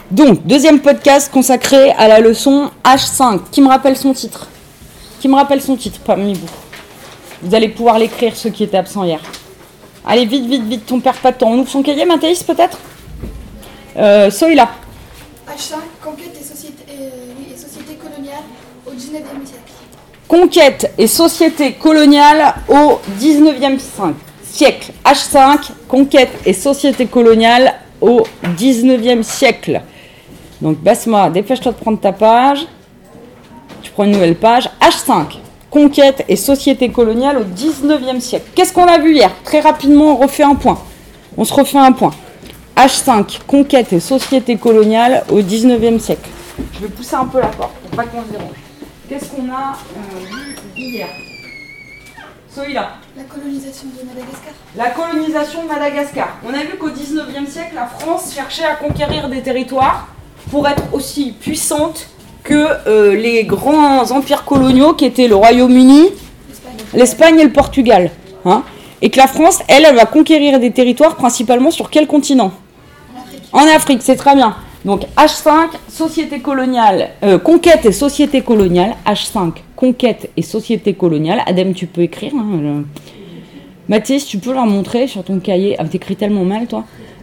Donc, deuxième podcast consacré à la leçon H5. Qui me rappelle son titre? Parmi vous. Vous allez pouvoir l'écrire, ceux qui étaient absents hier. Allez, vite, on perd pas de temps. On ouvre son cahier, Mathéis, peut-être Soïla. H5, conquête et société coloniale au 19e siècle. Conquête et société coloniale au 19e siècle. H5, conquête et société coloniale au 19e siècle. Donc, Basma, dépêche-toi de prendre ta page. Tu prends une nouvelle page. H5, conquête et société coloniale au 19e siècle. Qu'est-ce qu'on a vu hier? Très rapidement, on se refait un point. H5, conquête et société coloniale au 19e siècle. Je vais pousser un peu la porte pour pas qu'on se dérange. Qu'est-ce qu'on a vu hier? Soïla. La colonisation de Madagascar. La colonisation de Madagascar. On a vu qu'au 19e siècle, la France cherchait à conquérir des territoires pour être aussi puissante que les grands empires coloniaux qui étaient le Royaume-Uni, l'Espagne et le Portugal. Et que la France, elle va conquérir des territoires principalement sur quel continent? En Afrique, c'est très bien. Donc H5, société coloniale, conquête et société coloniale. H5, conquête et société coloniale. Adem, tu peux écrire. Mathis, tu peux leur montrer sur ton cahier. Ah, t'écris tellement mal, toi.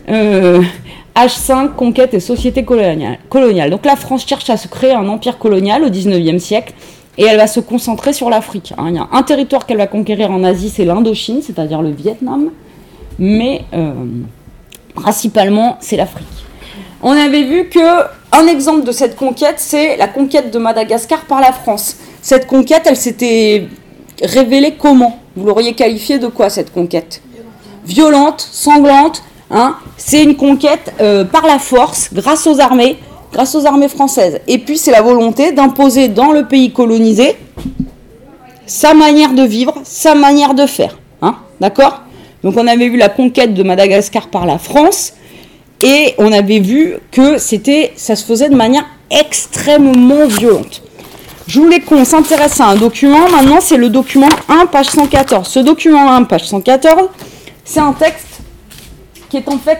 H5, conquête et société coloniale. Donc la France cherche à se créer un empire colonial au 19e siècle et elle va se concentrer sur l'Afrique. Il y a un territoire qu'elle va conquérir en Asie, c'est l'Indochine, c'est-à-dire le Vietnam, mais principalement c'est l'Afrique. On avait vu qu'un exemple de cette conquête, c'est la conquête de Madagascar par la France. Cette conquête, elle s'était révélée comment? Vous l'auriez qualifiée de quoi, cette conquête? Violente, sanglante. C'est une conquête par la force, grâce aux armées françaises. Et puis c'est la volonté d'imposer dans le pays colonisé sa manière de vivre, sa manière de faire. D'accord? Donc on avait vu la conquête de Madagascar par la France et on avait vu que ça se faisait de manière extrêmement violente. Je voulais qu'on s'intéresse à un document. Maintenant, c'est le document 1, page 114. Ce document 1, page 114, c'est un texte qui est en fait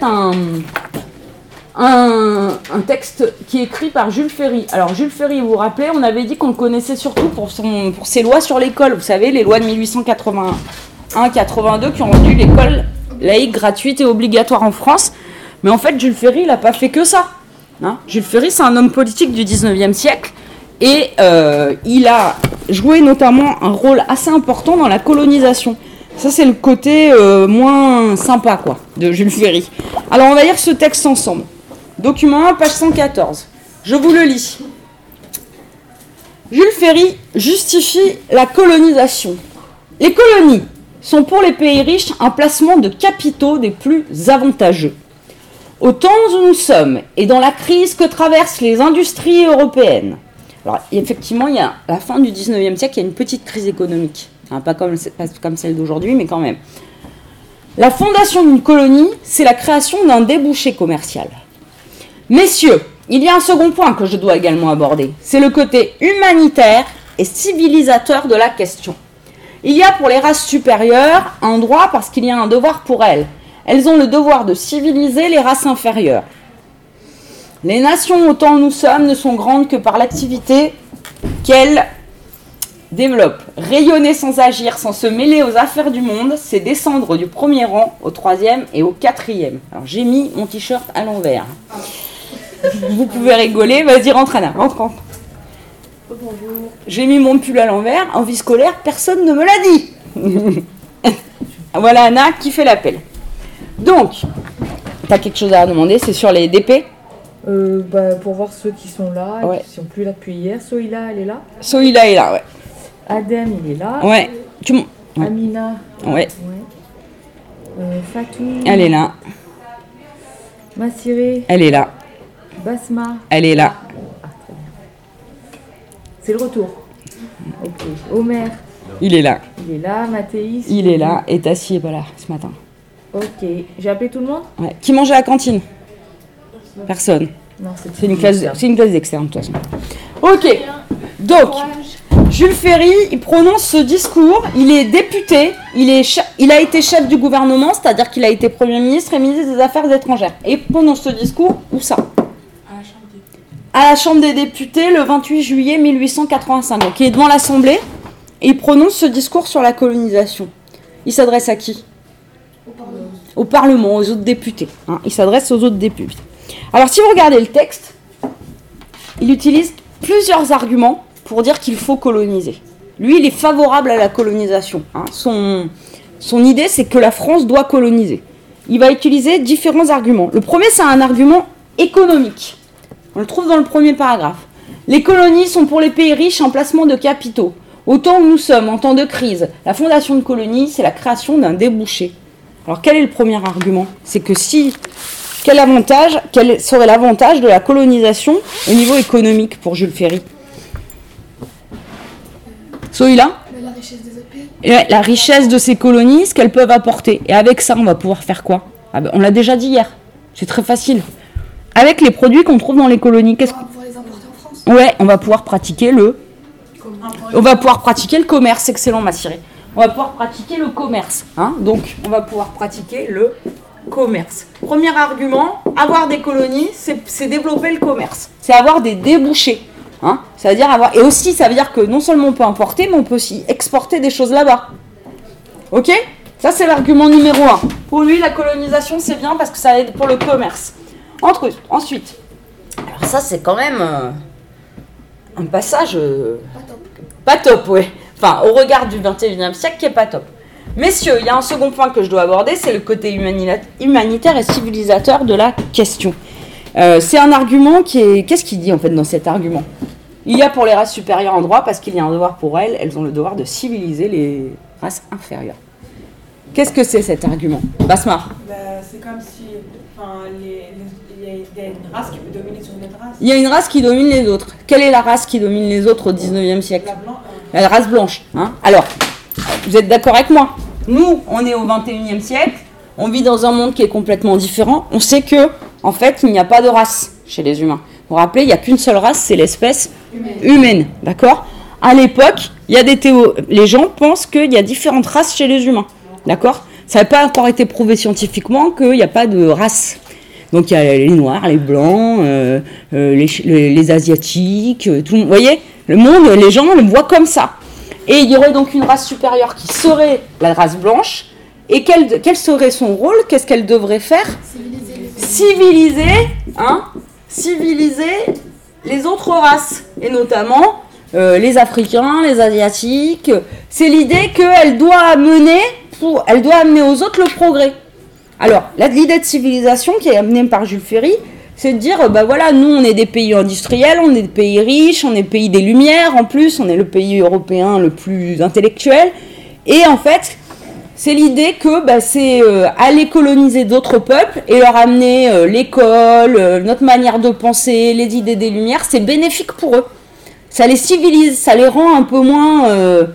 un texte qui est écrit par Jules Ferry. Alors Jules Ferry, vous vous rappelez, on avait dit qu'on le connaissait surtout pour ses lois sur l'école. Vous savez, les lois de 1881-82 qui ont rendu l'école laïque, gratuite et obligatoire en France. Mais en fait, Jules Ferry, il n'a pas fait que ça. Jules Ferry, c'est un homme politique du 19e siècle et il a joué notamment un rôle assez important dans la colonisation. Ça, c'est le côté moins sympa, de Jules Ferry. Alors, on va lire ce texte ensemble. Document 1, page 114. Je vous le lis. Jules Ferry justifie la colonisation. Les colonies sont pour les pays riches un placement de capitaux des plus avantageux. Au temps où nous sommes, et dans la crise que traversent les industries européennes, alors effectivement, il y a à la fin du 19e siècle, il y a une petite crise économique. Pas comme celle d'aujourd'hui, mais quand même. La fondation d'une colonie, c'est la création d'un débouché commercial. Messieurs, il y a un second point que je dois également aborder. C'est le côté humanitaire et civilisateur de la question. Il y a pour les races supérieures un droit parce qu'il y a un devoir pour elles. Elles ont le devoir de civiliser les races inférieures. Les nations autant nous sommes ne sont grandes que par l'activité qu'elles développe. Rayonner sans agir, sans se mêler aux affaires du monde, c'est descendre du premier rang au troisième et au quatrième. Alors j'ai mis mon t-shirt à l'envers. Vous pouvez rigoler, vas-y rentre Anna, rentre. Bonjour. J'ai mis mon pull à l'envers, en vie scolaire, personne ne me l'a dit. Voilà Anna qui fait l'appel. Donc, t'as quelque chose à demander, c'est sur les DP? Pour voir ceux qui sont là, ouais. Qui sont plus là depuis hier. Soïla, elle est là. Soïla est là, ouais. Adem, il est là. Ouais. Amina. Ouais. Fatou. Elle est là. Massiré. Elle est là. Basma. Elle est là. Ah, très bien. C'est le retour. Ok. Omer. Il est là. Il est là. Mathéis. Il est là. Et Tassi n'est pas là ce matin. Ok. J'ai appelé tout le monde? Ouais. Qui mange à la cantine? Personne. Non, c'est une classe d'externe de toute façon. Ok. Donc, Jules Ferry, il prononce ce discours. Il est député. Il a été chef du gouvernement, c'est-à-dire qu'il a été Premier ministre et ministre des Affaires étrangères. Et il prononce ce discours où ça? à la Chambre des députés le 28 juillet 1885. Donc il est devant l'Assemblée et il prononce ce discours sur la colonisation. Il s'adresse à qui ? Au Parlement, aux autres députés. Hein. Il s'adresse aux autres députés. Alors si vous regardez le texte, il utilise plusieurs arguments pour dire qu'il faut coloniser. Lui, il est favorable à la colonisation. Hein. Son idée, c'est que la France doit coloniser. Il va utiliser différents arguments. Le premier, c'est un argument économique. On le trouve dans le premier paragraphe. Les colonies sont pour les pays riches un placement de capitaux. Au temps où nous sommes, en temps de crise, la fondation de colonies, c'est la création d'un débouché. Alors, quel est le premier argument ? C'est que quel serait l'avantage de la colonisation au niveau économique pour Jules Ferry ? Celui-là ? La richesse des autres pays. Et la richesse de ces colonies, ce qu'elles peuvent apporter. Et avec ça, on va pouvoir faire quoi ? On l'a déjà dit hier. C'est très facile. Avec les produits qu'on trouve dans les colonies, On va pouvoir les importer en France. Ouais, on va pouvoir pratiquer le commerce. Excellent, ma Cyrée. On va pouvoir pratiquer le commerce. Hein. Donc, on va pouvoir pratiquer le commerce. Premier argument, avoir des colonies, c'est développer le commerce. C'est avoir des débouchés. Hein. C'est-à-dire et aussi, ça veut dire que non seulement on peut importer, mais on peut aussi exporter des choses là-bas. Ok ? Ça, c'est l'argument numéro 1. Pour lui, la colonisation, c'est bien parce que ça aide pour le commerce. Ensuite, alors ça, c'est quand même un passage pas top, ouais. Enfin, au regard du 21e siècle, qui est pas top. Messieurs, il y a un second point que je dois aborder, c'est le côté humanitaire et civilisateur de la question. C'est un argument Qu'est-ce qu'il dit, en fait, dans cet argument ? Il y a pour les races supérieures un droit, parce qu'il y a un devoir pour elles ont le devoir de civiliser les races inférieures. Qu'est-ce que c'est, cet argument ? Basma ? C'est comme si il y a une race qui peut dominer sur une autre race. Il y a une race qui domine les autres. Quelle est la race qui domine les autres au 19e siècle ? La race blanche. Hein. Alors, vous êtes d'accord avec moi ? Nous, on est au 21e siècle, on vit dans un monde qui est complètement différent. On sait que, en fait, il n'y a pas de race chez les humains. Vous vous rappelez, il n'y a qu'une seule race, c'est l'espèce humaine. D'accord ? À l'époque, il y a les gens pensent qu'il y a différentes races chez les humains. D'accord ? Ça n'a pas encore été prouvé scientifiquement qu'il n'y a pas de race. Donc il y a les noirs, les blancs, les asiatiques, tout. Vous voyez, le monde, les gens le voient comme ça. Et il y aurait donc une race supérieure qui serait la race blanche. Et quel serait son rôle ? Qu'est-ce qu'elle devrait faire ? Civiliser les autres races. Et notamment les Africains, les Asiatiques. C'est l'idée qu'elle doit amener aux autres le progrès. Alors, l'idée de civilisation qui est amenée par Jules Ferry, c'est de dire, voilà, nous, on est des pays industriels, on est des pays riches, on est le pays des Lumières, en plus, on est le pays européen le plus intellectuel. Et en fait, c'est l'idée que c'est aller coloniser d'autres peuples et leur amener l'école, notre manière de penser, les idées des Lumières, c'est bénéfique pour eux. Ça les civilise, ça les rend un peu moins...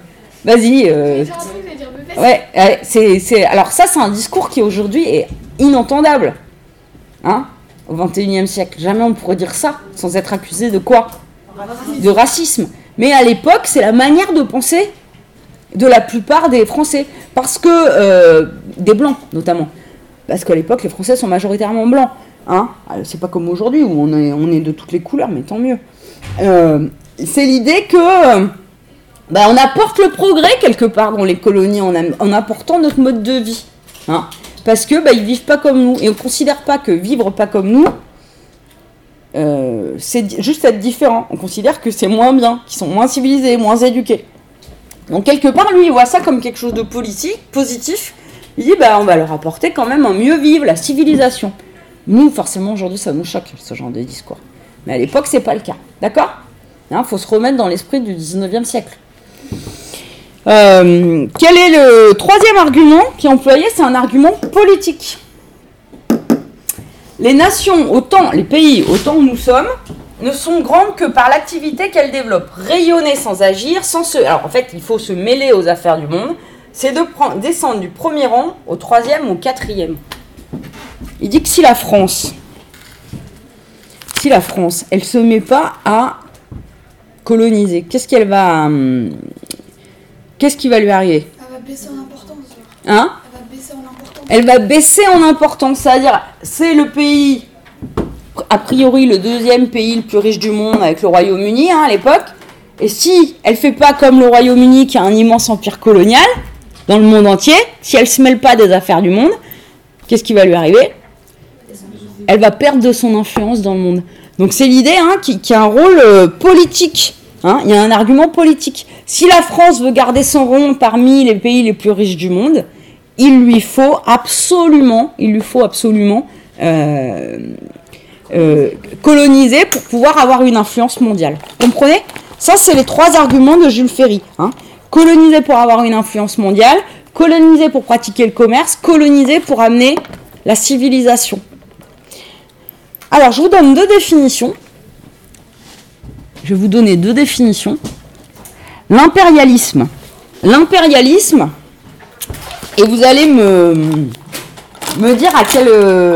Ouais, alors ça, c'est un discours qui aujourd'hui est inentendable. Hein ? Au XXIe siècle. Jamais on pourrait dire ça sans être accusé de quoi ? De racisme. Mais à l'époque, c'est la manière de penser de la plupart des Français. Parce que, des Blancs notamment. Parce qu'à l'époque, les Français sont majoritairement blancs. Hein ? C'est pas comme aujourd'hui où on est de toutes les couleurs, mais tant mieux. C'est l'idée que... on apporte le progrès quelque part dans les colonies en apportant notre mode de vie. Hein, parce que ils vivent pas comme nous. Et on ne considère pas que vivre pas comme nous, c'est juste être différent. On considère que c'est moins bien, qu'ils sont moins civilisés, moins éduqués. Donc quelque part, lui, il voit ça comme quelque chose de positif. Il dit, on va leur apporter quand même un mieux vivre, la civilisation. Nous, forcément, aujourd'hui, ça nous choque, ce genre de discours. Mais à l'époque, c'est pas le cas. D'accord ? Faut se remettre dans l'esprit du 19e siècle. Quel est le troisième argument qui est employé ? C'est un argument politique. Les nations, les pays, autant où nous sommes, ne sont grandes que par l'activité qu'elles développent. Rayonner sans agir, Alors en fait, il faut se mêler aux affaires du monde. C'est de descendre du premier rang au troisième ou au quatrième. Il dit que si la France, elle se met pas à coloniser, qu'est-ce qui va lui arriver ? Elle va baisser en importance. Hein ? Elle va baisser en importance. C'est-à-dire, c'est le pays a priori le deuxième pays le plus riche du monde avec le Royaume-Uni à l'époque. Et si elle ne fait pas comme le Royaume-Uni qui a un immense empire colonial dans le monde entier, si elle ne se mêle pas des affaires du monde, qu'est-ce qui va lui arriver? Elle va perdre de son influence dans le monde. Donc c'est l'idée qui a un rôle politique. Il y a un argument politique. Si la France veut garder son rang parmi les pays les plus riches du monde, il lui faut absolument coloniser pour pouvoir avoir une influence mondiale. Vous comprenez? Ça, c'est les 3 arguments de Jules Ferry. Coloniser pour avoir une influence mondiale, coloniser pour pratiquer le commerce, coloniser pour amener la civilisation. Alors, je vous donne 2 définitions. Je vais vous donner 2 définitions. L'impérialisme. L'impérialisme, et vous allez me dire à quel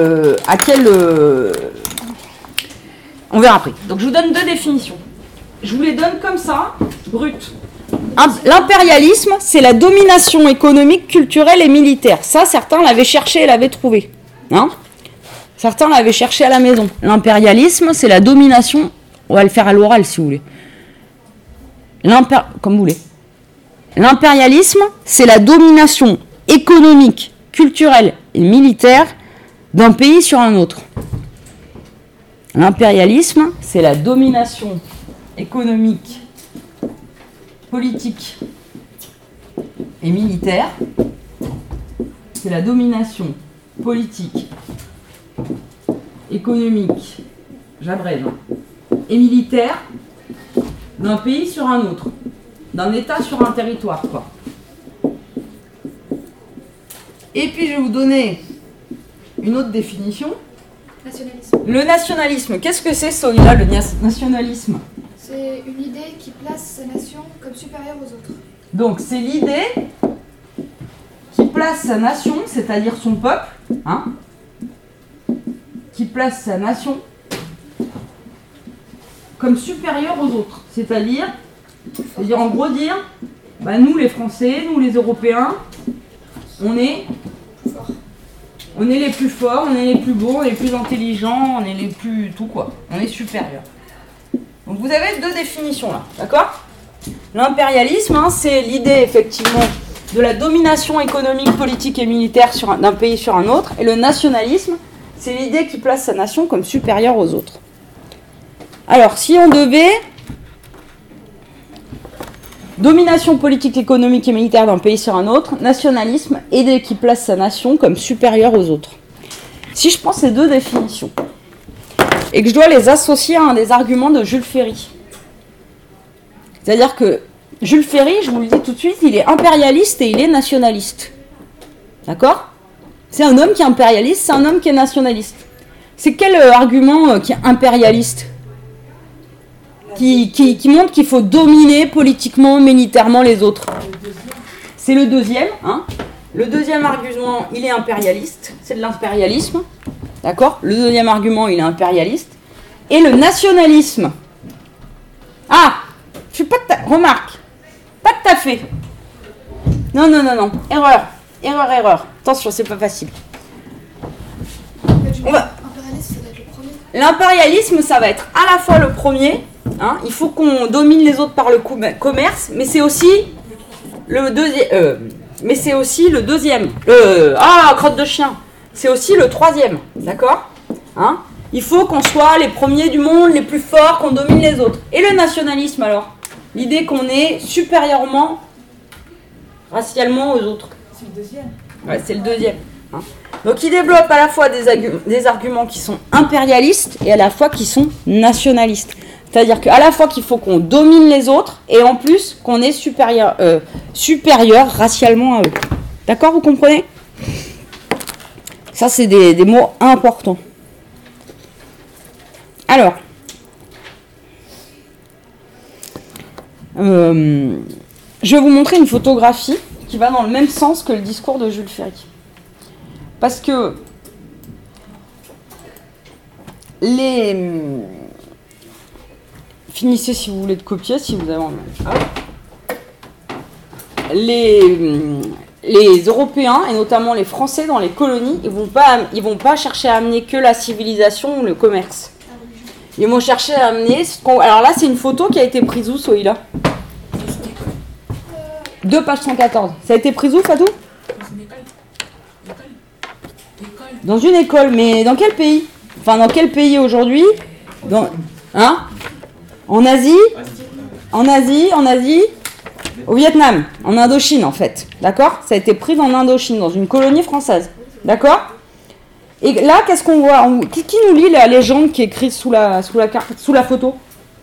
on verra après. Donc, je vous donne 2 définitions. Je vous les donne comme ça, brut. L'impérialisme, c'est la domination économique, culturelle et militaire. Ça, certains l'avaient cherché et l'avaient trouvé. Certains l'avaient cherché à la maison. L'impérialisme, c'est la domination... On va le faire à l'oral, si vous voulez. Comme vous voulez. L'impérialisme, c'est la domination économique, culturelle et militaire d'un pays sur un autre. L'impérialisme, c'est la domination économique, politique et militaire. C'est la domination politique, économique, j'abrège, et militaire d'un pays sur un autre, d'un État sur un territoire, quoi. Et puis je vais vous donner une autre définition. Nationalisme. Le nationalisme, qu'est-ce que c'est, Sonia, le nationalisme? C'est une idée qui place sa nation comme supérieure aux autres. Donc c'est l'idée qui place sa nation, c'est-à-dire son peuple, qui place sa nation comme supérieure aux autres. C'est-à-dire en gros dire, nous les Français, nous les Européens, on est les plus forts, on est les plus beaux, on est les plus intelligents, on est les plus tout quoi. On est supérieurs. Donc vous avez 2 définitions là, d'accord? L'impérialisme, c'est l'idée effectivement de la domination économique, politique et militaire d'un pays sur un autre. Et le nationalisme, c'est l'idée qui place sa nation comme supérieure aux autres. Alors, si on devait... Domination politique, économique et militaire d'un pays sur un autre, nationalisme, idée qui place sa nation comme supérieure aux autres. Si je prends ces 2 définitions, et que je dois les associer à un des arguments de Jules Ferry, c'est-à-dire que Jules Ferry, je vous le dis tout de suite, il est impérialiste et il est nationaliste. D'accord? C'est un homme qui est impérialiste, c'est un homme qui est nationaliste. C'est quel argument qui est impérialiste? Qui montre qu'il faut dominer politiquement, militairement les autres. C'est le deuxième. Le deuxième argument, il est impérialiste. C'est de l'impérialisme. D'accord? Le deuxième argument, il est impérialiste. Et le nationalisme. Je suis pas remarque. Pas tout à fait. Non. Erreur. Attention, c'est pas facile. L'impérialisme, ça va être à la fois le premier. Il faut qu'on domine les autres par le commerce, mais c'est aussi le deuxième. Crotte de chien. C'est aussi le troisième, d'accord? Il faut qu'on soit les premiers du monde, les plus forts, qu'on domine les autres. Et le nationalisme, alors? L'idée qu'on est supérieurement, racialement aux autres. C'est le deuxième. Ouais, c'est le deuxième. Donc il développe à la fois des arguments qui sont impérialistes et à la fois qui sont nationalistes. C'est-à-dire qu'à la fois qu'il faut qu'on domine les autres et en plus qu'on est supérieur racialement à eux. D'accord, vous comprenez? Ça, c'est des mots importants. Alors, je vais vous montrer une photographie qui va dans le même sens que le discours de Jules Ferry. Parce que finissez si vous voulez de copier, si vous avez envie. Les Européens, et notamment les Français dans les colonies, ils vont pas chercher à amener que la civilisation ou le commerce. Ils m'ont cherché à amener. Alors là, c'est une photo qui a été prise où, Soïla? 2 page 114. Ça a été prise où, Fatou? Dans une école. Mais dans quel pays? Enfin, dans quel pays aujourd'hui? Hein? En Asie? En Asie? Au Vietnam, en Indochine en fait. D'accord? Ça a été pris en Indochine, dans une colonie française. D'accord? Et là, qu'est-ce qu'on voit? Qui nous lit la légende qui est écrite sous la photo?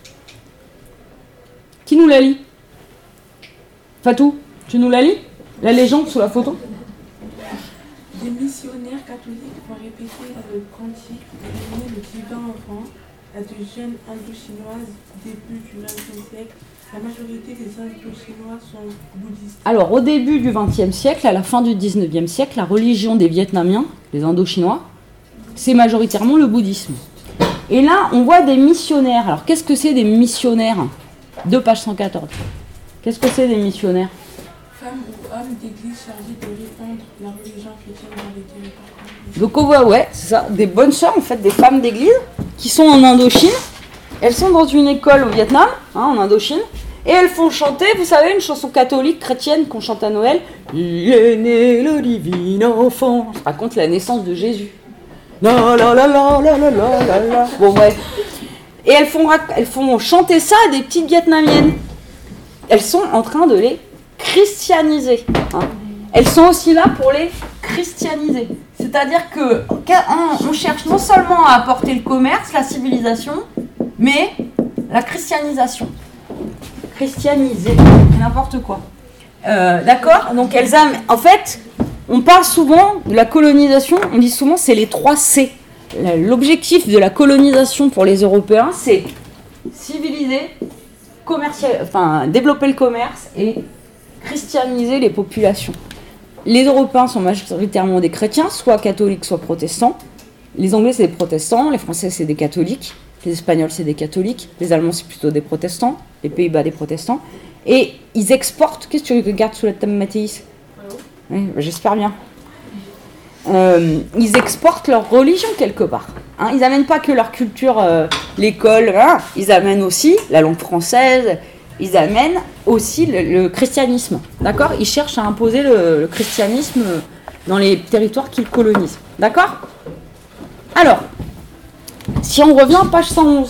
Qui nous la lit? Fatou, tu nous la lis? La légende sous la photo? Des missionnaires catholiques vont répéter le cantique et donner le divin enfant à de jeunes Indochinoises début du XXe siècle. La majorité des Indochinois sont bouddhistes. Alors, au début du XXe siècle, à la fin du XIXe siècle, la religion des Vietnamiens, les Indochinois, c'est majoritairement le bouddhisme. Et là, on voit des missionnaires. Alors, qu'est-ce que c'est des missionnaires? 2 page 114. Qu'est-ce que c'est des missionnaires? Femmes ou hommes d'église chargés de répandre la religion chrétienne dans les territoires. Donc, on voit, ouais, c'est ça, des bonnes sœurs, en fait, des femmes d'église qui sont en Indochine. Elles sont dans une école au Vietnam, en Indochine, et elles font chanter, vous savez, une chanson catholique chrétienne qu'on chante à Noël. Il est né le divin enfant. Ça raconte la naissance de Jésus. La la la la la la la la. Bon, ouais. Et elles font chanter ça à des petites Vietnamiennes. Elles sont en train de les christianiser. Elles sont aussi là pour les christianiser. C'est-à-dire qu'on cherche non seulement à apporter le commerce, la civilisation, mais la christianisation. Christianiser, n'importe quoi. D'accord? Donc en fait, on parle souvent de la colonisation, on dit souvent c'est les 3 C. L'objectif de la colonisation pour les Européens, c'est civiliser, développer le commerce et christianiser les populations. Les Européens sont majoritairement des chrétiens, soit catholiques, soit protestants. Les Anglais, c'est des protestants, les Français, c'est des catholiques, les Espagnols, c'est des catholiques, les Allemands, c'est plutôt des protestants, les Pays-Bas, des protestants. Et ils exportent... Qu'est-ce que tu regardes sous la table, Mathéis? Oui, j'espère bien. Ils exportent leur religion quelque part. Ils n'amènent pas que leur culture, l'école, ils amènent aussi la langue française, ils amènent aussi le christianisme. D'accord? Ils cherchent à imposer le christianisme dans les territoires qu'ils colonisent. D'accord? Alors, si on revient page 111.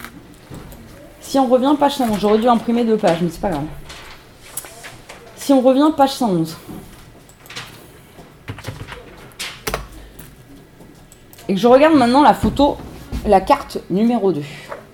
J'aurais dû imprimer 2 pages, mais c'est pas grave. Si on revient page 111. Et que je regarde maintenant la photo, la carte numéro 2.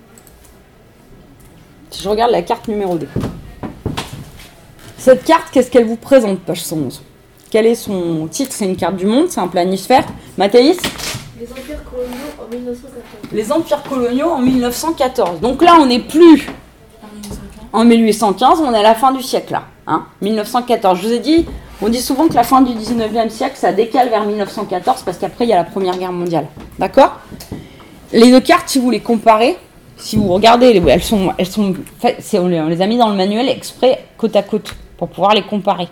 Si je regarde la carte numéro 2. Cette carte, qu'est-ce qu'elle vous présente, page 111? Quel est son titre? C'est une carte du monde, c'est un planisphère. Mathéis? Les empires coloniaux en 1914. Les empires coloniaux en 1914. Donc là, on n'est plus en 1815, on est à la fin du siècle, là. 1914. Je vous ai dit, on dit souvent que la fin du 19e siècle, ça décale vers 1914, parce qu'après, il y a la Première Guerre mondiale. D'accord? Les 2 cartes, si vous les comparez, si vous regardez, elles sont faites, on les a mis dans le manuel exprès côte à côte, pour pouvoir les comparer.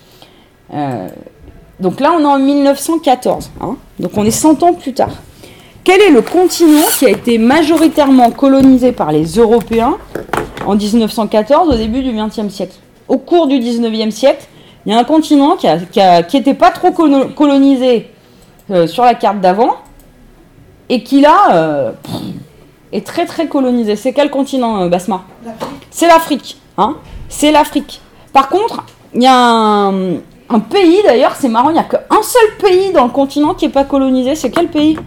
Donc là, on est en 1914. Donc on est 100 ans plus tard. Quel est le continent qui a été majoritairement colonisé par les Européens en 1914, au début du XXe siècle? Au cours du XIXe siècle, il y a un continent qui n'était pas trop colonisé sur la carte d'avant, et qui là est très très colonisé. C'est quel continent, Basma? C'est l'Afrique. C'est l'Afrique. Par contre, il y a un pays, d'ailleurs, c'est marrant, il n'y a qu'un seul pays dans le continent qui n'est pas colonisé. C'est quel pays?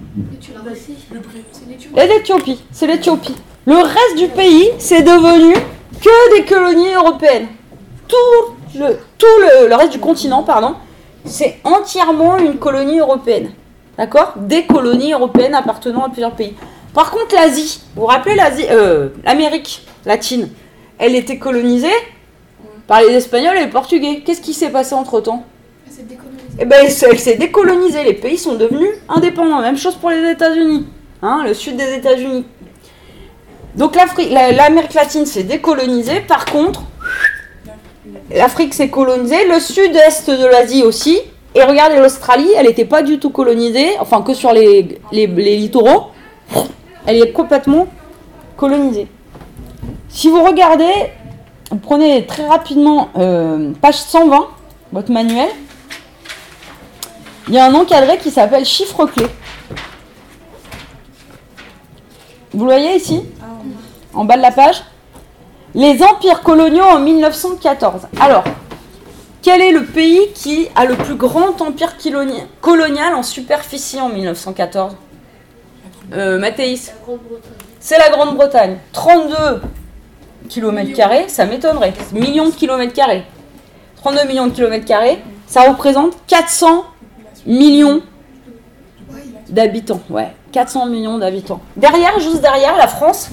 L'Éthiopie. C'est l'Éthiopie. Le reste du pays, c'est devenu que des colonies européennes. Tout le reste du continent, c'est entièrement une colonie européenne. D'accord? Des colonies européennes appartenant à plusieurs pays. Par contre, l'Asie, vous vous rappelez l'Amérique latine, elle était colonisée par les Espagnols et les Portugais. Qu'est-ce qui s'est passé entre-temps? Elle s'est décolonisée. Elle s'est décolonisée. Les pays sont devenus indépendants. Même chose pour les États-Unis. Le sud des États-Unis. Donc l'Amérique latine s'est décolonisée. Par contre, l'Afrique s'est colonisée. Le sud-est de l'Asie aussi. Et regardez, l'Australie, elle n'était pas du tout colonisée. Enfin, que sur les littoraux. Elle est complètement colonisés. Si vous regardez, vous prenez très rapidement page 120, votre manuel, il y a un encadré qui s'appelle chiffre clé. Vous le voyez ici, en bas de la page? Les empires coloniaux en 1914. Alors, quel est le pays qui a le plus grand empire colonial en superficie en 1914? Mathéis? C'est la Grande-Bretagne. 32 km², ça m'étonnerait. Millions de kilomètres carrés. 32 millions de kilomètres carrés, ça représente 400 millions d'habitants. Ouais, 400 millions d'habitants. Derrière, juste derrière, la France,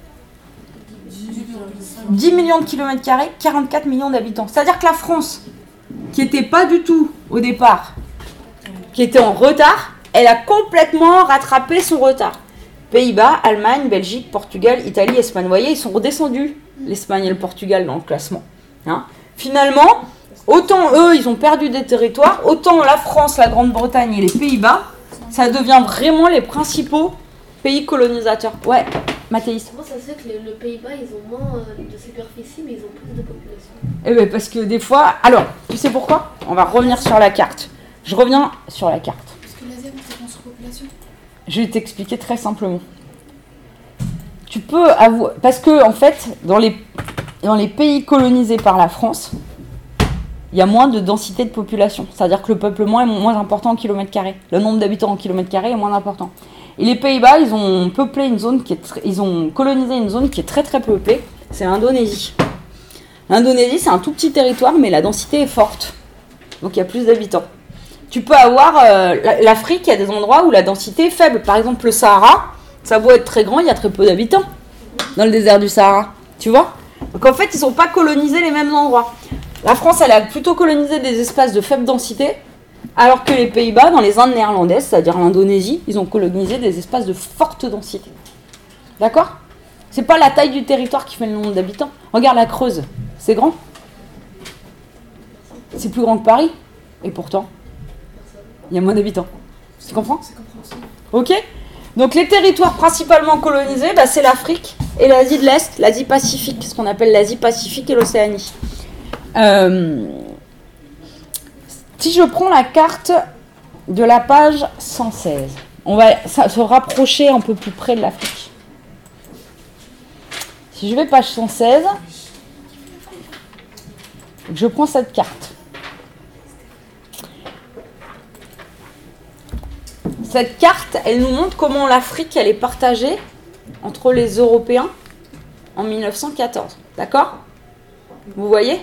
10 millions de kilomètres carrés, 44 millions d'habitants. C'est-à-dire que la France, qui n'était pas du tout au départ, qui était en retard, elle a complètement rattrapé son retard. Pays-Bas, Allemagne, Belgique, Portugal, Italie, Espagne. Vous voyez, ils sont redescendus, l'Espagne et le Portugal, dans le classement. Hein? Finalement, autant eux, ils ont perdu des territoires, autant la France, la Grande-Bretagne et les Pays-Bas, ça devient vraiment les principaux pays colonisateurs. Ouais, Mathéis. Comment ça se fait que les Pays-Bas, ils ont moins de superficie, mais ils ont plus de population? Eh bien, parce que des fois... Alors, tu sais pourquoi? On va revenir sur la carte. Je reviens sur la carte. Parce que l'Asie a une très grande surpopulation. Je vais t'expliquer très simplement. Tu peux avouer... Parce que, en fait, dans les pays colonisés par la France, il y a moins de densité de population. C'est-à-dire que le peuplement est moins important en kilomètre carré. Le nombre d'habitants en kilomètre carré est moins important. Et les Pays-Bas, ils ont peuplé une zone ils ont colonisé une zone qui est très très peuplée. C'est l'Indonésie. L'Indonésie, c'est un tout petit territoire, mais la densité est forte. Donc il y a plus d'habitants. Tu peux avoir l'Afrique, il y a des endroits où la densité est faible. Par exemple, le Sahara, ça a beau être très grand, il y a très peu d'habitants dans le désert du Sahara. Tu vois? Donc en fait, ils n'ont pas colonisé les mêmes endroits. La France, elle a plutôt colonisé des espaces de faible densité, alors que les Pays-Bas, dans les Indes néerlandaises, c'est-à-dire l'Indonésie, ils ont colonisé des espaces de forte densité. D'accord? C'est pas la taille du territoire qui fait le nombre d'habitants. Regarde la Creuse, c'est grand. C'est plus grand que Paris. Et pourtant, il y a moins d'habitants. Tu comprends? C'est compréhensible. Ok? Donc les territoires principalement colonisés, c'est l'Afrique et l'Asie de l'Est, l'Asie Pacifique, ce qu'on appelle l'Asie Pacifique et l'Océanie. Si je prends la carte de la page 116, on va se rapprocher un peu plus près de l'Afrique. Si je vais page 116, je prends cette carte. Cette carte, elle nous montre comment l'Afrique, elle est partagée entre les Européens en 1914. D'accord? Vous voyez?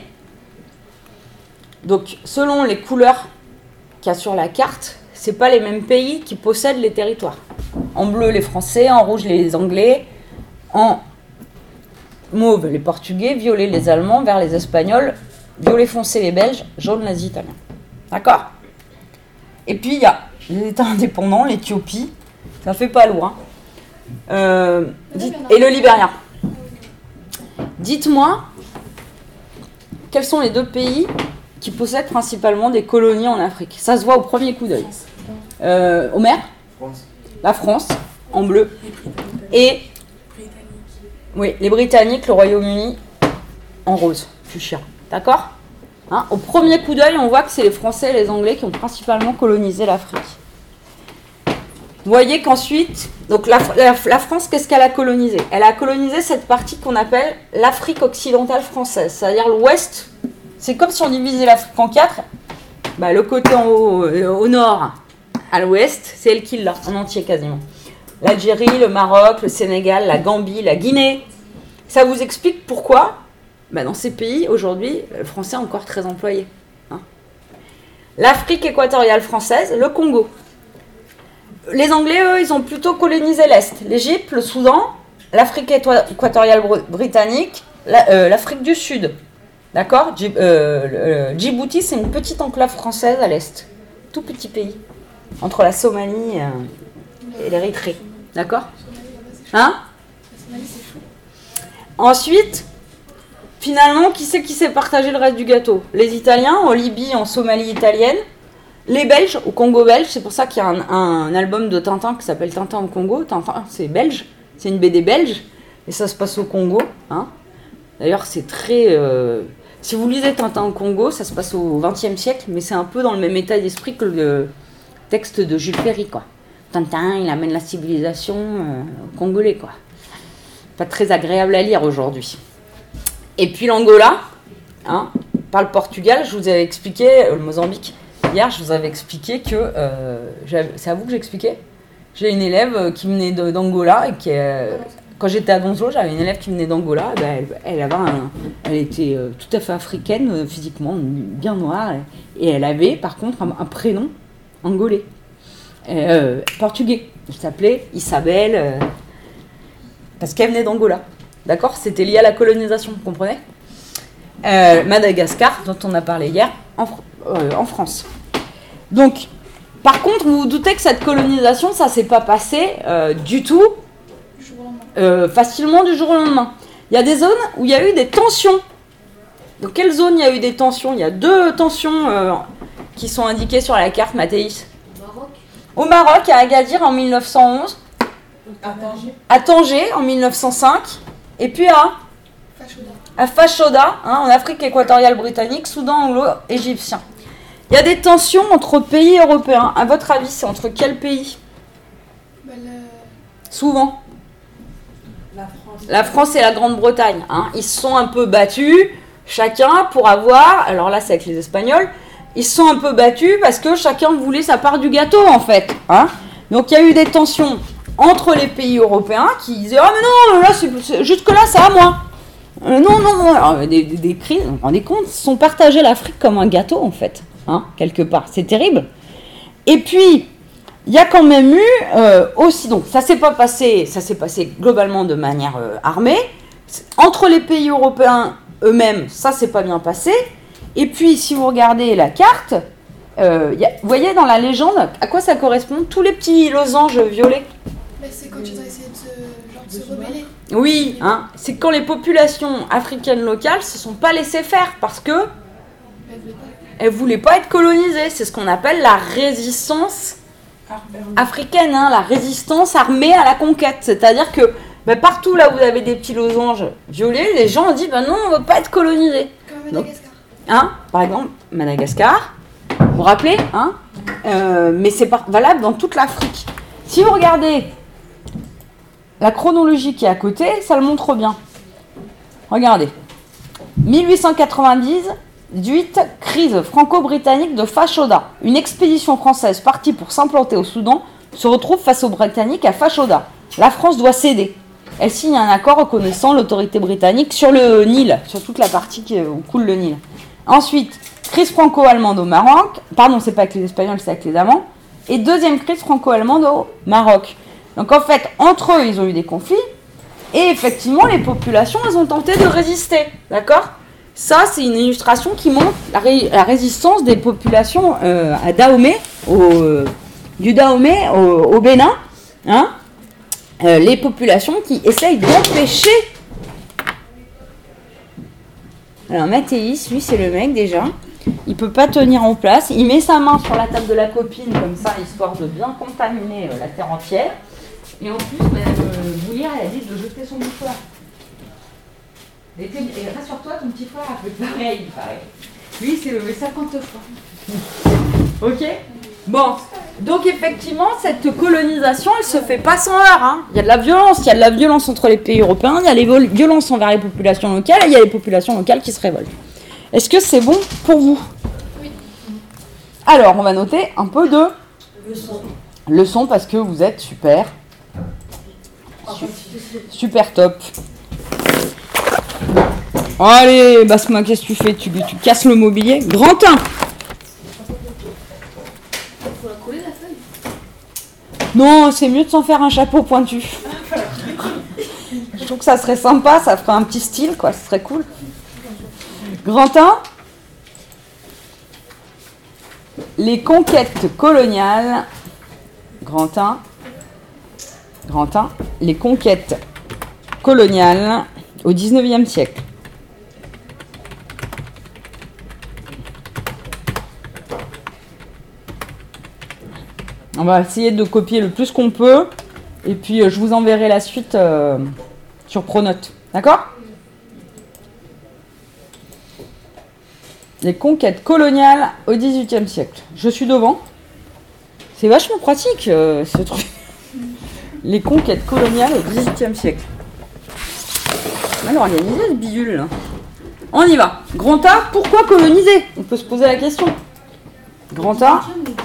Donc, selon les couleurs qu'il y a sur la carte, ce n'est pas les mêmes pays qui possèdent les territoires. En bleu, les Français, en rouge, les Anglais, en mauve, les Portugais, violet, les Allemands, vert, les Espagnols, violet foncé, les Belges, jaune, les Italiens. D'accord? Et puis, il y a les États indépendants, l'Éthiopie, ça fait pas lourd. Hein. Et le Libéria. Dites-moi, quels sont les deux pays qui possèdent principalement des colonies en Afrique? Ça se voit au premier coup d'œil. Omer? France. La France, en bleu. Et oui, les Britanniques, le Royaume-Uni, en rose, fuchsia. D'accord? Hein, au premier coup d'œil, on voit que c'est les Français et les Anglais qui ont principalement colonisé l'Afrique. Vous voyez qu'ensuite, donc la France, qu'est-ce qu'elle a colonisé? Elle a colonisé cette partie qu'on appelle l'Afrique occidentale française, c'est-à-dire l'ouest. C'est comme si on divisait l'Afrique en quatre. Le côté en haut, au nord, à l'ouest, c'est elle qui l'a, en entier quasiment. L'Algérie, le Maroc, le Sénégal, la Gambie, la Guinée. Ça vous explique pourquoi dans ces pays, aujourd'hui, le français est encore très employé. Hein. L'Afrique équatoriale française, le Congo. Les Anglais, eux, ils ont plutôt colonisé l'Est. L'Égypte, le Soudan, l'Afrique équatoriale britannique, l'Afrique du Sud. D'accord? Djibouti, c'est une petite enclave française à l'Est. Tout petit pays. Entre la Somalie et l'Érythrée. D'accord? Hein? Ensuite, finalement, qui s'est partagé le reste du gâteau? Les Italiens, en Libye, en Somalie italienne. Les Belges, au Congo belge, c'est pour ça qu'il y a un album de Tintin qui s'appelle Tintin au Congo. Tintin, c'est belge, c'est une BD belge. Et ça se passe au Congo. Hein. D'ailleurs, c'est très... si vous lisez Tintin au Congo, ça se passe au XXe siècle, mais c'est un peu dans le même état d'esprit que le texte de Jules Ferry, quoi. Tintin, il amène la civilisation congolais, quoi. Pas très agréable à lire aujourd'hui. Et puis l'Angola, hein, par le Portugal, je vous avais expliqué, le Mozambique, hier, je vous avais expliqué que... c'est à vous que j'expliquais. J'ai une élève qui venait d'Angola et qui... quand j'étais à Gonzalo, j'avais une élève qui venait d'Angola. Elle était tout à fait africaine physiquement, bien noire. Et elle avait par contre un prénom angolais, portugais. Elle s'appelait Isabelle, parce qu'elle venait d'Angola. D'accord ? C'était lié à la colonisation, vous comprenez ? Madagascar, dont on a parlé hier, en France. Donc, par contre, vous vous doutez que cette colonisation, ça ne s'est pas passé du tout facilement du jour au lendemain. Il y a des zones où il y a eu des tensions. Dans quelle zone il y a eu des tensions ? Il y a 2 tensions qui sont indiquées sur la carte, Mathéis. Au Maroc, à Agadir en 1911. À Tanger en 1905. Et puis à Fashoda, hein, en Afrique équatoriale britannique, Soudan anglo-égyptien. Il y a des tensions entre pays européens. À votre avis, c'est entre quels pays ? Souvent. La France et la Grande-Bretagne. Hein. Ils se sont un peu battus, chacun pour avoir... Alors là, c'est avec les Espagnols. Ils se sont un peu battus parce que chacun voulait sa part du gâteau, en fait. Hein. Donc, il y a eu des tensions entre les pays européens qui disaient « Ah, mais non, là, jusque-là, c'est à moi. Non. » Alors, des crises, vous vous rendez compte, ils se sont partagés l'Afrique comme un gâteau, en fait. Hein, quelque part. C'est terrible. Et puis... il y a quand même eu aussi, donc ça s'est passé globalement de manière armée. Entre les pays européens eux-mêmes, ça s'est pas bien passé. Et puis, si vous regardez la carte, vous voyez dans la légende, à quoi ça correspond ? Tous les petits losanges violets. Mais c'est quand ils ont essayé de se rebeller. Oui, hein, c'est quand les populations africaines locales se sont pas laissées faire parce que elles voulaient pas être colonisées. C'est ce qu'on appelle la résistance africaine, hein, la résistance armée à la conquête. C'est-à-dire que partout là où vous avez des petits losanges violets, les gens ont dit non, on ne veut pas être colonisés. Comme Madagascar. Hein, par exemple, Madagascar, vous vous rappelez hein, mais c'est valable dans toute l'Afrique. Si vous regardez la chronologie qui est à côté, ça le montre bien. Regardez. 1898, crise franco-britannique de Fashoda. Une expédition française partie pour s'implanter au Soudan se retrouve face aux Britanniques à Fashoda. La France doit céder. Elle signe un accord reconnaissant l'autorité britannique sur le Nil, sur toute la partie où coule le Nil. Ensuite, crise franco-allemande au Maroc. Pardon, c'est pas avec les Espagnols, c'est avec les Allemands. Et deuxième crise franco-allemande au Maroc. Donc en fait, entre eux, ils ont eu des conflits. Et effectivement, les populations, elles ont tenté de résister. D'accord ? Ça, c'est une illustration qui montre la résistance des populations à Dahomey, du Dahomey au Bénin. Hein, les populations qui essayent d'empêcher... Alors Mathéis, lui, c'est le mec déjà. Il peut pas tenir en place. Il met sa main sur la table de la copine, comme ça, histoire de bien contaminer la terre entière. Et en plus, Madame Boulière, elle a dit de jeter son mouchoir. Et rassure-toi, ton petit frère a fait pareil, il paraît. Lui, il s'est levé 50 fois. Ok ? Bon, donc effectivement, cette colonisation, elle se fait pas sans heurts. Hein. Il y a de la violence entre les pays européens, il y a les violences envers les populations locales, et il y a les populations locales qui se révoltent. Est-ce que c'est bon pour vous ? Oui. Alors, on va noter un peu de leçons parce que vous êtes super. Super top. Allez, Basma, qu'est-ce que tu fais ? Tu casses le mobilier ? Grand 1. Faut la coller la feuille. Non, c'est mieux de s'en faire un chapeau pointu. Je trouve que ça serait sympa, ça ferait un petit style, quoi, ce serait cool. Grand 1. Les conquêtes coloniales. Grand 1. Les conquêtes coloniales au XIXe siècle. On va essayer de copier le plus qu'on peut. Et puis, je vous enverrai la suite sur Pronote. D'accord? Les conquêtes coloniales au XVIIIe siècle. Je suis devant. C'est vachement pratique, ce truc. Les conquêtes coloniales au XVIIIe siècle. Mal organisé, ce bidule, là. On y va. Grand A, pourquoi coloniser? On peut se poser la question. Grand A,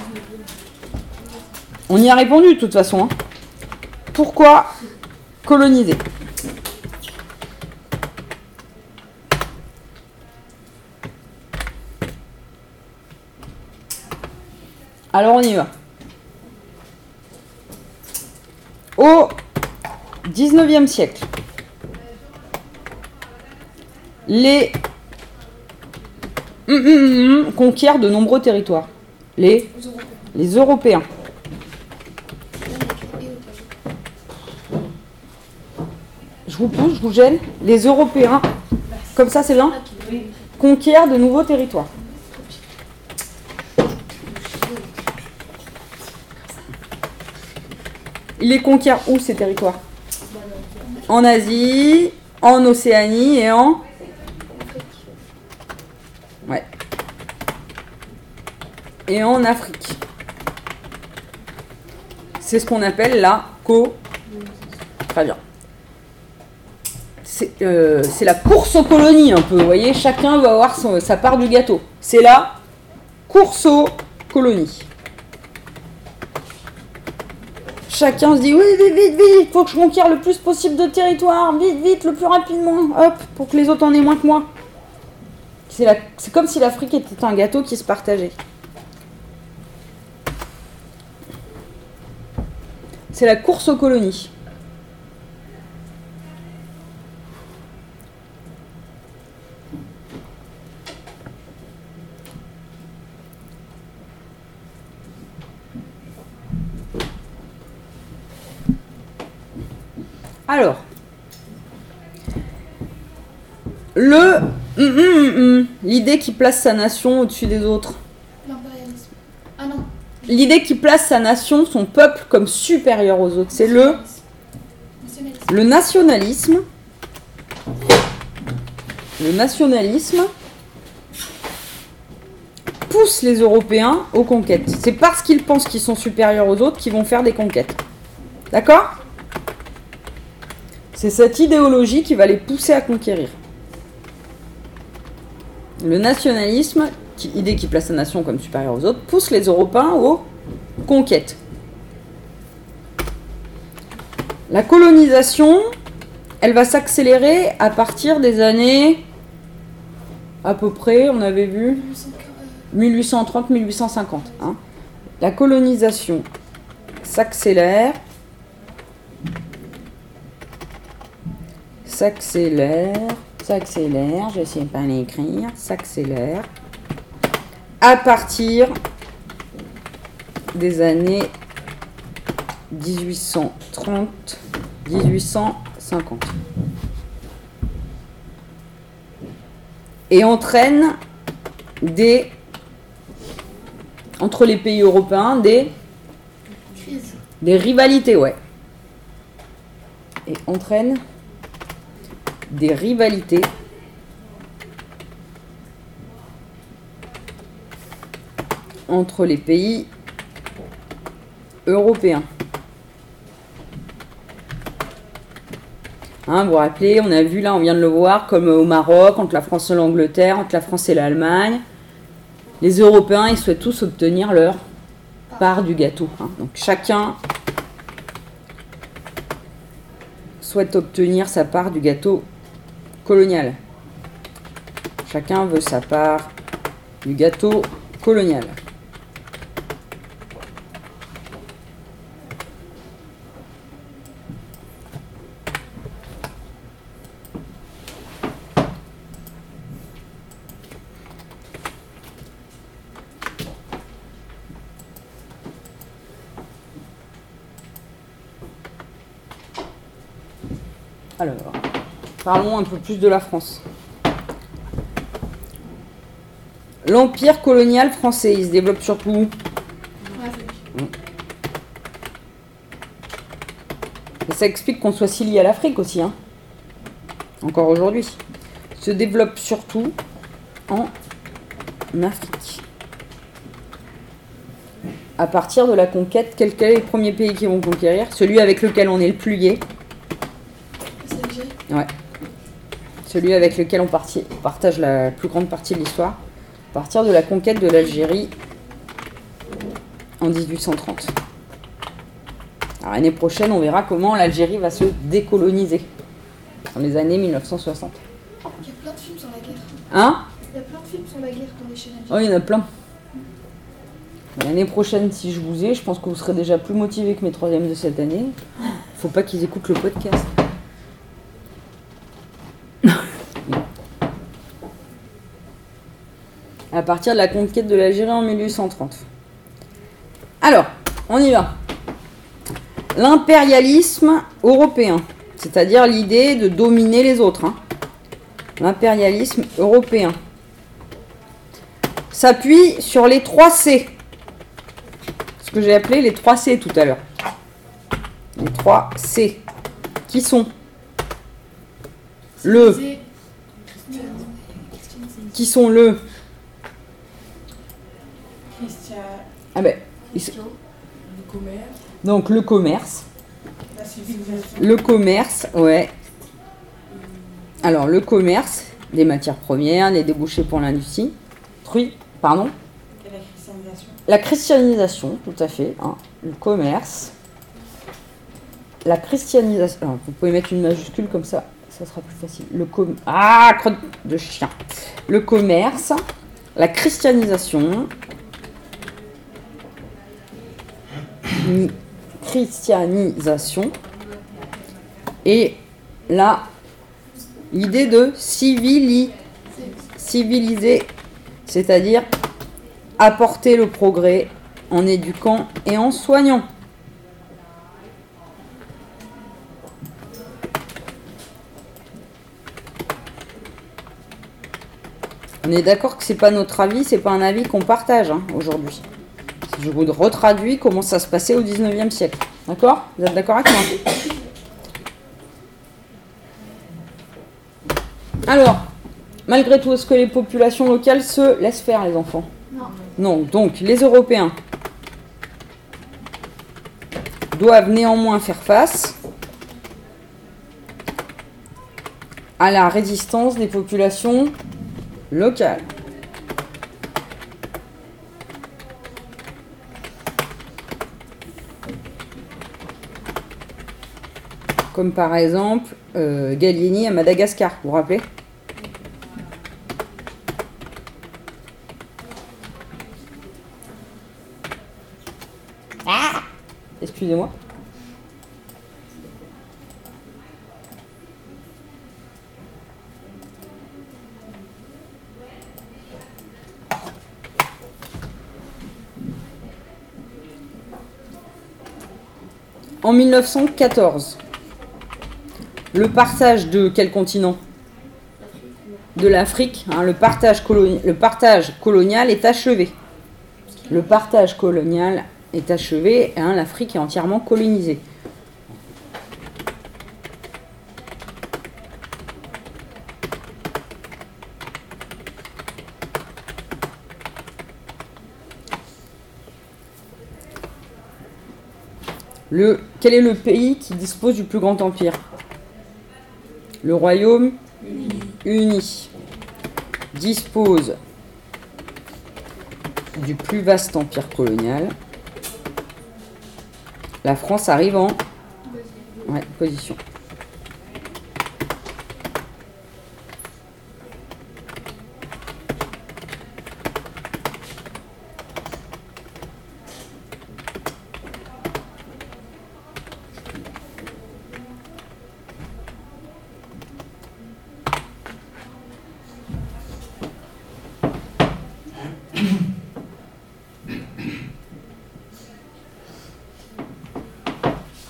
on y a répondu de toute façon. Hein. Pourquoi coloniser? Alors on y va. Au XIXe siècle, les conquièrent de nombreux territoires. Les Européens. Je vous pousse, je vous gêne. Les Européens, comme ça c'est bien, conquièrent de nouveaux territoires. Ils les conquièrent où, ces territoires? En Asie, en Océanie et en... Ouais. Et en Afrique. C'est ce qu'on appelle la Très bien. C'est la course aux colonies, un peu. Vous voyez, chacun va avoir sa part du gâteau. C'est la course aux colonies. Chacun se dit, oui, vite, vite, vite, faut que je conquière le plus possible de territoire, vite, vite, le plus rapidement, hop, pour que les autres en aient moins que moi. C'est comme si l'Afrique était un gâteau qui se partageait. C'est la course aux colonies. Alors, l'idée qui place sa nation au-dessus des autres. L'impérialisme. Ah non. L'idée qui place sa nation, son peuple, comme supérieur aux autres. C'est le nationalisme. Le nationalisme pousse les Européens aux conquêtes. C'est parce qu'ils pensent qu'ils sont supérieurs aux autres qu'ils vont faire des conquêtes. D'accord ? C'est cette idéologie qui va les pousser à conquérir. Le nationalisme, idée qui place la nation comme supérieure aux autres, pousse les Européens aux conquêtes. La colonisation, elle va s'accélérer à partir des années, à peu près, on avait vu, 1830-1850. Hein. La colonisation s'accélère. S'accélère, je ne sais pas l'écrire, s'accélère à partir des années 1830-1850 et entraîne entre les pays européens des rivalités, ouais, et entraîne des rivalités entre les pays européens. Hein, vous vous rappelez, on a vu là, on vient de le voir, comme au Maroc, entre la France et l'Angleterre, entre la France et l'Allemagne. Les Européens, ils souhaitent tous obtenir leur part du gâteau. Hein. Donc chacun souhaite obtenir sa part du gâteau colonial. Chacun veut sa part du gâteau colonial. Alors, parlons un peu plus de la France. L'empire colonial français, il se développe surtout où ? Et ça explique qu'on soit si lié à l'Afrique aussi. Hein. encore aujourd'hui. Se développe surtout en Afrique. À partir de la conquête, quels sont les premiers pays qui vont conquérir? Celui avec lequel on est le plus lié. C'est l'Algérie. Ouais. Celui avec lequel on partage la plus grande partie de l'histoire. À partir de la conquête de l'Algérie en 1830. Alors, l'année prochaine, on verra comment l'Algérie va se décoloniser. Dans les années 1960. Il y a plein de films sur la guerre. Hein? Il y a plein de films sur la guerre qu'on est chez Oh, il y en a plein. L'année prochaine, si je vous ai, je pense que vous serez déjà plus motivés que mes troisièmes de cette année. Faut pas qu'ils écoutent le podcast. À partir de la conquête de l'Algérie en 1830. Alors, on y va. L'impérialisme européen, c'est-à-dire l'idée de dominer les autres. L'impérialisme européen s'appuie sur les 3 C. Ce que j'ai appelé les 3 C tout à l'heure. Les 3 C. Qui sont le... Qui sont le... Ah ben, Le commerce, donc le commerce. la civilisation, Le commerce, ouais. Alors, le commerce, des matières premières, des débouchés pour l'industrie. Pardon. et la christianisation. La christianisation, tout à fait. Le commerce. La christianisation. Alors, vous pouvez mettre une majuscule comme ça, ça sera plus facile. Crotte de chien. Le commerce, la christianisation. Christianisation. Et l'idée de civiliser, c'est-à-dire apporter le progrès en éduquant et en soignant. On est d'accord que c'est pas notre avis, c'est pas un avis qu'on partage aujourd'hui. Je vous retraduis comment ça se passait au 19e siècle. D'accord? Vous êtes d'accord avec moi? Alors, malgré tout, est-ce que les populations locales se laissent faire, les enfants? Non. Non. Donc, les Européens doivent néanmoins faire face à la résistance des populations locales. Comme par exemple Gallieni à Madagascar, vous vous rappelez? Excusez-moi. En 1914, le partage de quel continent? De l'Afrique. Le partage colonial est achevé. Le partage colonial est achevé, l'Afrique est entièrement colonisée. Quel est le pays qui dispose du plus grand empire? Le Royaume-Uni dispose du plus vaste empire colonial. La France arrive en position.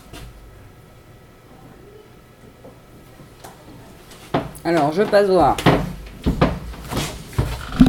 Alors, je passe voir.